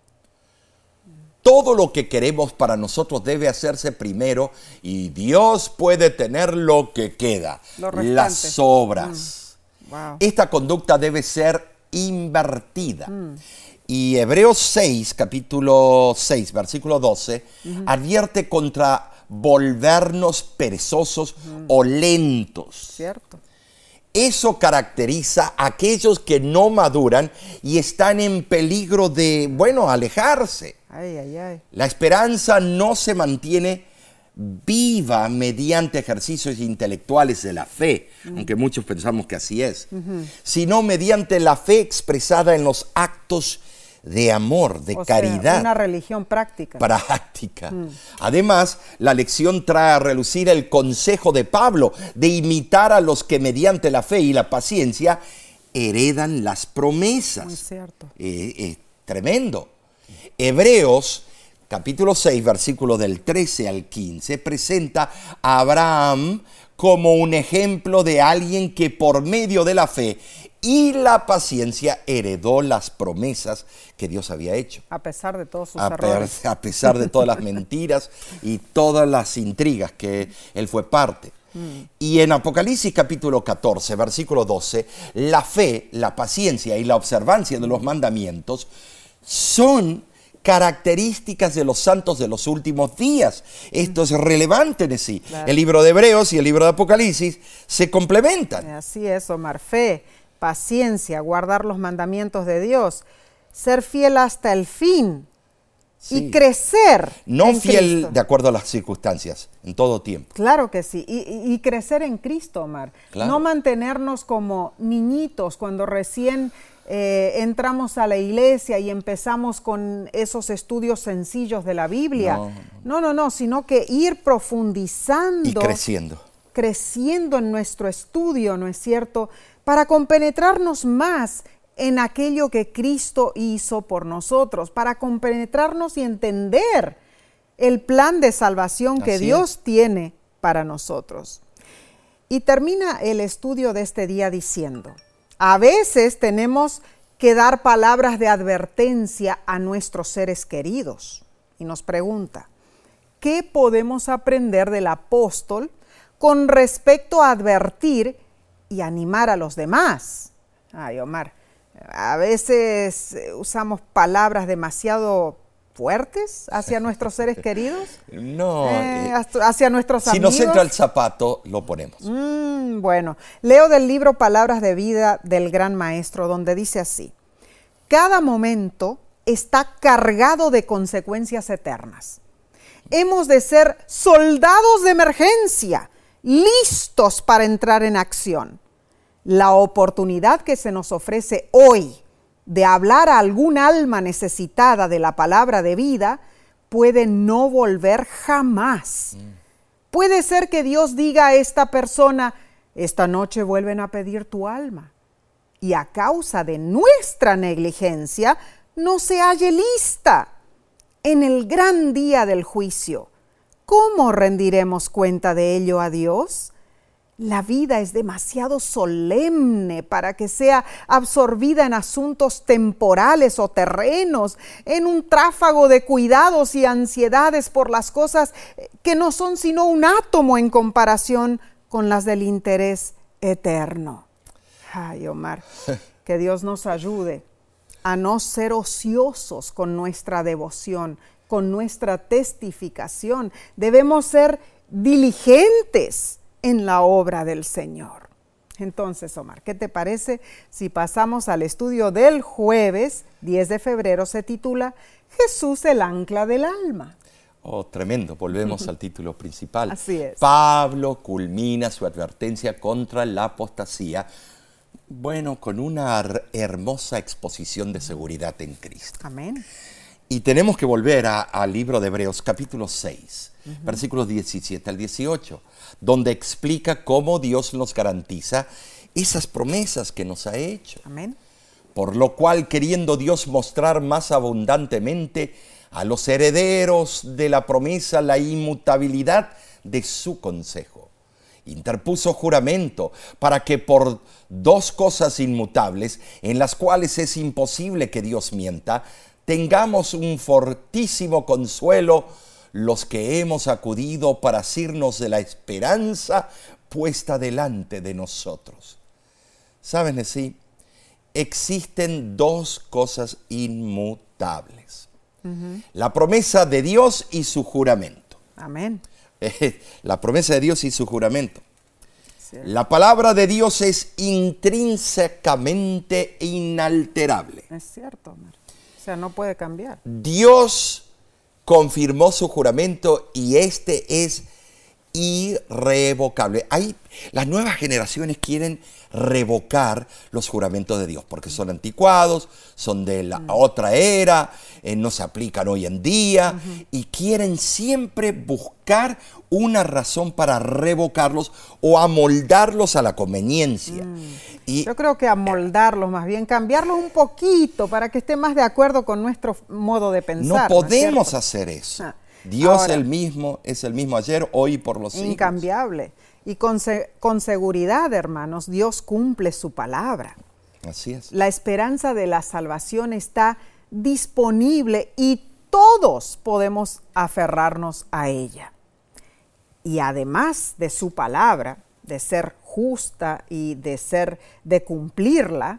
B: Todo lo que queremos para nosotros debe hacerse primero y Dios puede tener lo que queda, las sobras.
A: Wow.
B: Esta conducta debe ser invertida. Y Hebreos 6, capítulo 6, versículo 12, advierte contra volvernos perezosos o lentos.
A: Cierto.
B: Eso caracteriza a aquellos que no maduran y están en peligro de, alejarse.
A: Ay, ay, ay.
B: La esperanza no se mantiene viva mediante ejercicios intelectuales de la fe, aunque muchos pensamos que así es, sino mediante la fe expresada en los actos de amor, de caridad.
A: Una religión práctica.
B: Además, la lección trae a relucir el consejo de Pablo de imitar a los que mediante la fe y la paciencia heredan las promesas.
A: Muy cierto.
B: Tremendo. Hebreos capítulo 6, versículo del 13 al 15, presenta a Abraham como un ejemplo de alguien que por medio de la fe y la paciencia heredó las promesas que Dios había hecho.
A: A pesar de todos sus errores.
B: A pesar de todas las mentiras y todas las intrigas que él fue parte. Y en Apocalipsis capítulo 14, versículo 12, la fe, la paciencia y la observancia de los mandamientos son características de los santos de los últimos días. Esto es relevante en sí. Claro. El libro de Hebreos y el libro de Apocalipsis se complementan.
A: Así es, Omar. Fe, paciencia, guardar los mandamientos de Dios, ser fiel hasta el fin y crecer.
B: No
A: en
B: fiel
A: Cristo.
B: De acuerdo a las circunstancias, en todo tiempo.
A: Claro que sí, y crecer en Cristo, Omar. Claro. No mantenernos como niñitos cuando recién entramos a la iglesia y empezamos con esos estudios sencillos de la Biblia. No, sino que ir profundizando.
B: Y creciendo.
A: Creciendo en nuestro estudio, ¿no es cierto?, para compenetrarnos más en aquello que Cristo hizo por nosotros, para compenetrarnos y entender el plan de salvación que Dios tiene para nosotros. Y termina el estudio de este día diciendo: a veces tenemos que dar palabras de advertencia a nuestros seres queridos. Y nos pregunta, ¿qué podemos aprender del apóstol con respecto a advertir y animar a los demás? Ay, Omar, a veces usamos palabras demasiado fuertes hacia nuestros seres queridos.
B: No.
A: Hacia nuestros amigos.
B: Si nos entra el zapato, lo ponemos.
A: Bueno, leo del libro Palabras de Vida del Gran Maestro, donde dice así: cada momento está cargado de consecuencias eternas. Hemos de ser soldados de emergencia, listos para entrar en acción. La oportunidad que se nos ofrece hoy de hablar a algún alma necesitada de la palabra de vida puede no volver jamás. Puede ser que Dios diga a esta persona: esta noche vuelven a pedir tu alma, y a causa de nuestra negligencia no se halle lista en el gran día del juicio. ¿Cómo rendiremos cuenta de ello a Dios? La vida es demasiado solemne para que sea absorbida en asuntos temporales o terrenos, en un tráfago de cuidados y ansiedades por las cosas que no son sino un átomo en comparación con las del interés eterno. Ay, Omar, que Dios nos ayude a no ser ociosos con nuestra devoción, con nuestra testificación. Debemos ser diligentes en la obra del Señor. Entonces, Omar, ¿qué te parece si pasamos al estudio del jueves 10 de febrero? Se titula Jesús, el ancla del alma.
B: Oh, tremendo. Volvemos al título principal.
A: Así es.
B: Pablo culmina su advertencia contra la apostasía, bueno, con una hermosa exposición de seguridad en Cristo.
A: Amén.
B: Y tenemos que volver al libro de Hebreos, capítulo 6, versículos 17 al 18, donde explica cómo Dios nos garantiza esas promesas que nos ha hecho.
A: Amén.
B: Por lo cual, queriendo Dios mostrar más abundantemente a los herederos de la promesa la inmutabilidad de su consejo, interpuso juramento para que por dos cosas inmutables, en las cuales es imposible que Dios mienta, tengamos un fortísimo consuelo los que hemos acudido para asirnos de la esperanza puesta delante de nosotros. ¿Saben así? Existen dos cosas inmutables. La promesa de Dios y su juramento.
A: Amén.
B: La promesa de Dios y su juramento.
A: Cierto.
B: La palabra de Dios es intrínsecamente inalterable.
A: Es cierto, Omar. O sea, no puede cambiar.
B: Dios confirmó su juramento y este es irrevocable. Las nuevas generaciones quieren revocar los juramentos de Dios porque son anticuados, son de la otra era, no se aplican hoy en día y quieren siempre buscar una razón para revocarlos o amoldarlos a la conveniencia. Y
A: yo creo que amoldarlos, más bien cambiarlos un poquito para que esté más de acuerdo con nuestro modo de pensar.
B: no podemos hacer eso. Dios
A: Ahora,
B: es el mismo ayer, hoy y por los siglos.
A: Incambiable. Y con seguridad, hermanos, Dios cumple su palabra.
B: Así es.
A: La esperanza de la salvación está disponible y todos podemos aferrarnos a ella. Y además de su palabra, de ser justa y de cumplirla,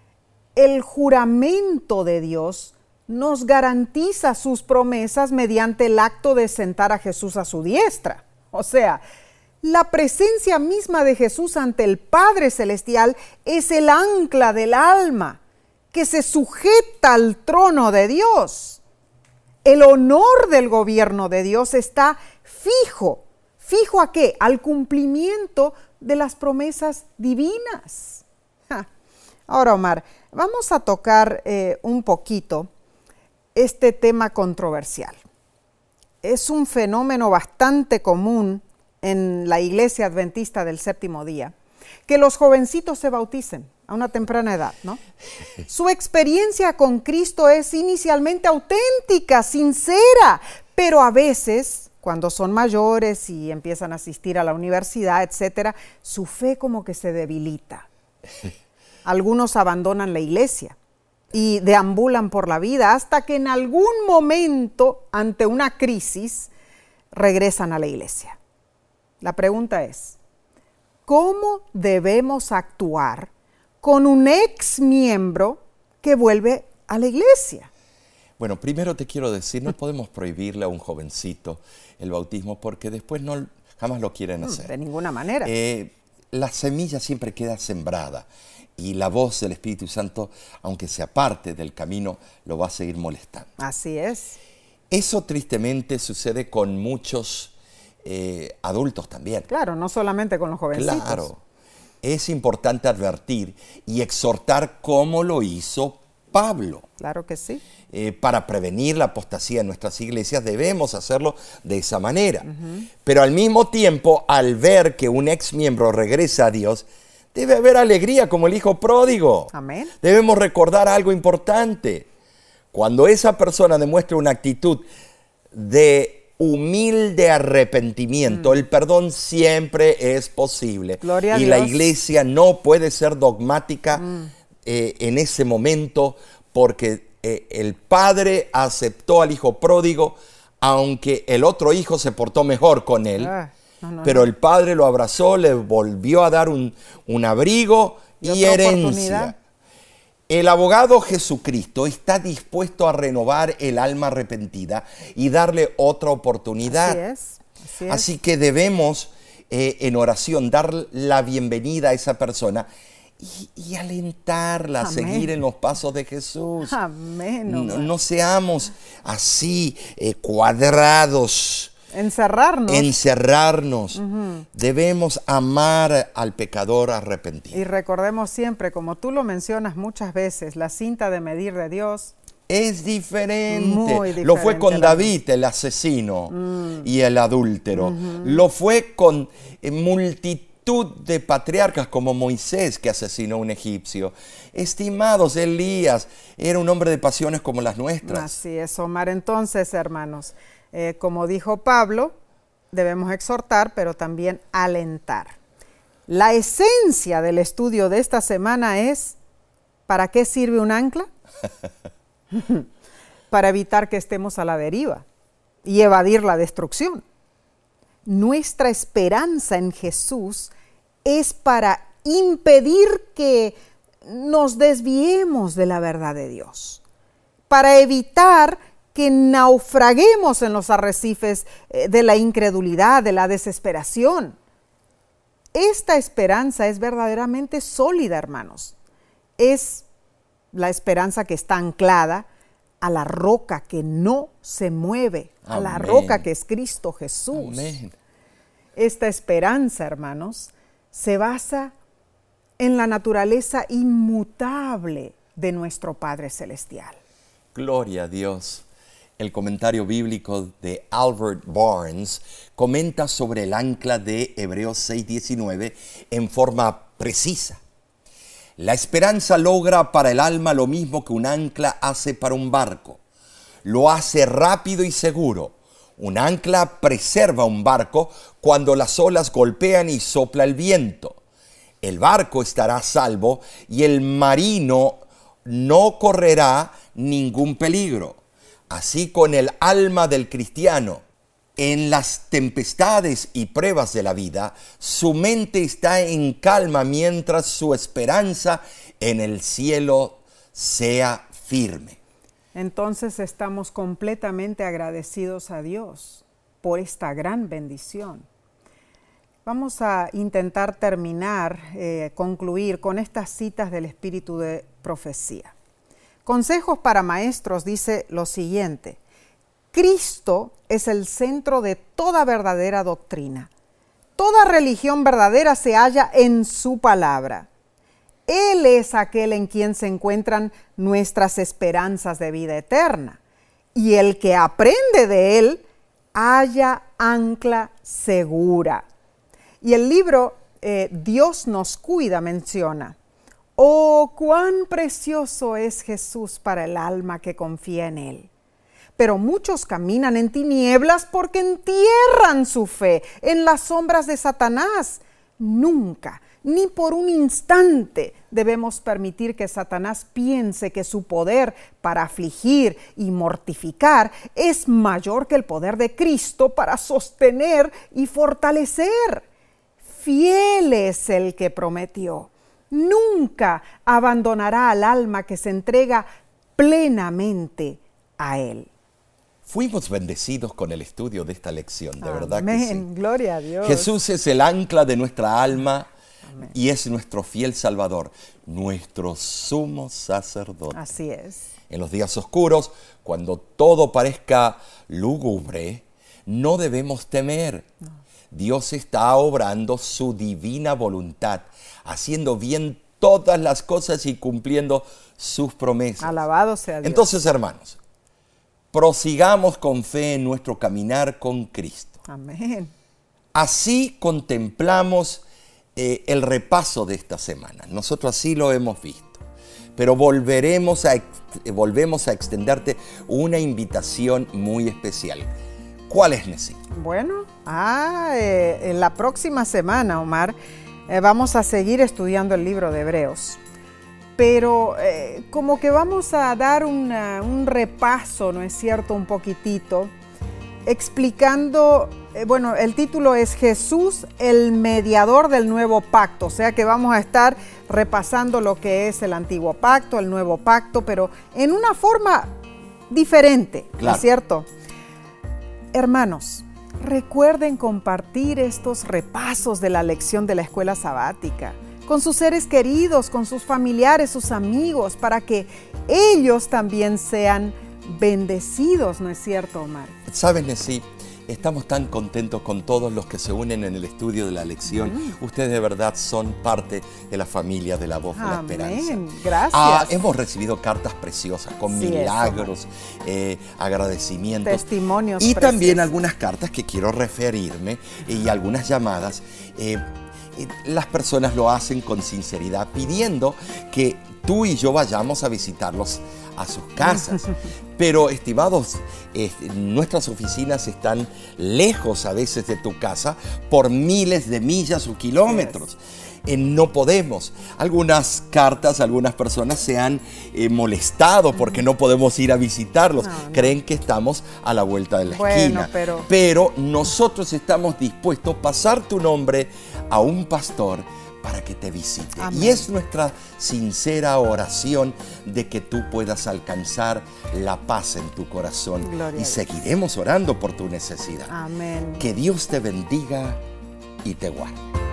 A: el juramento de Dios nos garantiza sus promesas mediante el acto de sentar a Jesús a su diestra. O sea, la presencia misma de Jesús ante el Padre Celestial es el ancla del alma que se sujeta al trono de Dios. El honor del gobierno de Dios está fijo. ¿Fijo a qué? Al cumplimiento de las promesas divinas. Ahora, Omar, vamos a tocar un poquito este tema controversial. Es un fenómeno bastante común en la Iglesia Adventista del Séptimo Día, que los jovencitos se bauticen a una temprana edad, ¿no? Su experiencia con Cristo es inicialmente auténtica, sincera, pero a veces, cuando son mayores y empiezan a asistir a la universidad, etcétera, su fe como que se debilita. Algunos abandonan la iglesia y deambulan por la vida hasta que en algún momento, ante una crisis, regresan a la iglesia. La pregunta es, ¿cómo debemos actuar con un ex miembro que vuelve a la iglesia?
B: Bueno, primero te quiero decir, no podemos prohibirle a un jovencito el bautismo porque después jamás lo quieren hacer.
A: De ninguna manera.
B: La semilla siempre queda sembrada y la voz del Espíritu Santo, aunque se aparte del camino, lo va a seguir molestando.
A: Así es.
B: Eso tristemente sucede con muchos adultos también.
A: Claro, no solamente con los jovencitos.
B: Claro, es importante advertir y exhortar como lo hizo Pablo.
A: Claro que sí.
B: Para prevenir la apostasía en nuestras iglesias debemos hacerlo de esa manera. Pero al mismo tiempo, al ver que un ex miembro regresa a Dios, debe haber alegría como el hijo pródigo.
A: Amén.
B: Debemos recordar algo importante. Cuando esa persona demuestra una actitud de humilde arrepentimiento, el perdón siempre es posible.
A: Gloria a
B: y
A: Dios.
B: la iglesia no puede ser dogmática en ese momento porque el padre aceptó al hijo pródigo aunque el otro hijo se portó mejor con él. Pero el padre lo abrazó, le volvió a dar un abrigo y herencia. El abogado Jesucristo está dispuesto a renovar el alma arrepentida y darle otra oportunidad.
A: Así es.
B: Así que debemos en oración dar la bienvenida a esa persona y alentarla a seguir en los pasos de Jesús.
A: Amén.
B: No seamos así cuadrados. Encerrarnos. Debemos amar al pecador arrepentido.
A: Y recordemos siempre, como tú lo mencionas muchas veces, la cinta de medir de Dios
B: es diferente.
A: Muy diferente.
B: Lo fue con David, el asesino y el adúltero. Lo fue con multitud de patriarcas como Moisés, que asesinó a un egipcio. Estimados, Elías era un hombre de pasiones como las nuestras.
A: Así es, Omar. Entonces, hermanos, como dijo Pablo, debemos exhortar, pero también alentar. La esencia del estudio de esta semana es, ¿para qué sirve un ancla? Para evitar que estemos a la deriva y evadir la destrucción. Nuestra esperanza en Jesús es para impedir que nos desviemos de la verdad de Dios, para evitar que naufraguemos en los arrecifes de la incredulidad, de la desesperación. Esta esperanza es verdaderamente sólida, hermanos. Es la esperanza que está anclada a la roca que no se mueve, a la roca que es Cristo Jesús.
B: Amén.
A: Esta esperanza, hermanos, se basa en la naturaleza inmutable de nuestro Padre Celestial.
B: Gloria a Dios. El comentario bíblico de Albert Barnes comenta sobre el ancla de Hebreos 6:19 en forma precisa. La esperanza logra para el alma lo mismo que un ancla hace para un barco. Lo hace rápido y seguro. Un ancla preserva un barco cuando las olas golpean y sopla el viento. El barco estará a salvo y el marino no correrá ningún peligro. Así con el alma del cristiano. En las tempestades y pruebas de la vida, su mente está en calma mientras su esperanza en el cielo sea firme.
A: Entonces estamos completamente agradecidos a Dios por esta gran bendición. Vamos a intentar concluir con estas citas del Espíritu de Profecía. Consejos para Maestros dice lo siguiente: Cristo es el centro de toda verdadera doctrina. Toda religión verdadera se halla en su palabra. Él es aquel en quien se encuentran nuestras esperanzas de vida eterna. Y el que aprende de él halla ancla segura. Y el libro Dios nos cuida menciona: oh, cuán precioso es Jesús para el alma que confía en él. Pero muchos caminan en tinieblas porque entierran su fe en las sombras de Satanás. Nunca, ni por un instante, debemos permitir que Satanás piense que su poder para afligir y mortificar es mayor que el poder de Cristo para sostener y fortalecer. Fiel es el que prometió. Nunca abandonará al alma que se entrega plenamente a él.
B: Fuimos bendecidos con el estudio de esta lección, de verdad que sí.
A: Amén, gloria a Dios.
B: Jesús es el ancla de nuestra alma. Amén. Y es nuestro fiel Salvador, nuestro sumo sacerdote.
A: Así es.
B: En los días oscuros, cuando todo parezca lúgubre, no debemos temer. No. Dios está obrando su divina voluntad, haciendo bien todas las cosas y cumpliendo sus promesas.
A: Alabado sea Dios.
B: Entonces, hermanos, prosigamos con fe en nuestro caminar con Cristo.
A: Amén.
B: Así contemplamos el repaso de esta semana. Nosotros así lo hemos visto. Pero volvemos a extenderte una invitación muy especial. ¿Cuál es, Nessie?
A: Bueno, en la próxima semana, Omar, vamos a seguir estudiando el libro de Hebreos. Pero como que vamos a dar un repaso, ¿no es cierto?, un poquitito, explicando, el título es Jesús, el mediador del nuevo pacto. O sea que vamos a estar repasando lo que es el antiguo pacto, el nuevo pacto, pero en una forma diferente, claro. ¿No es cierto? Hermanos, Recuerden compartir estos repasos de la lección de la escuela sabática con sus seres queridos, con sus familiares, sus amigos, para que ellos también sean bendecidos, ¿no es cierto, Omar?
B: ¿Sabes, Nesí? Estamos tan contentos con todos los que se unen en el estudio de la lección. Ustedes de verdad son parte de la familia de la Voz de la Esperanza.
A: Gracias.
B: Hemos recibido cartas preciosas con milagros, agradecimientos.
A: Testimonios
B: y
A: preciosos.
B: También algunas cartas que quiero referirme y algunas llamadas. Las personas lo hacen con sinceridad, pidiendo que tú y yo vayamos a visitarlos a sus casas. Pero, estimados, nuestras oficinas están lejos a veces de tu casa por miles de millas o kilómetros. No podemos. Algunas cartas, algunas personas se han molestado porque no podemos ir a visitarlos.
A: No.
B: Creen que estamos a la vuelta de la esquina. Pero nosotros estamos dispuestos a pasar tu nombre a un pastor para que te visite.
A: Amén.
B: Y es nuestra sincera oración de que tú puedas alcanzar la paz en tu corazón.
A: Gloria
B: y seguiremos orando por tu necesidad.
A: Amén.
B: Que Dios te bendiga y te guarde.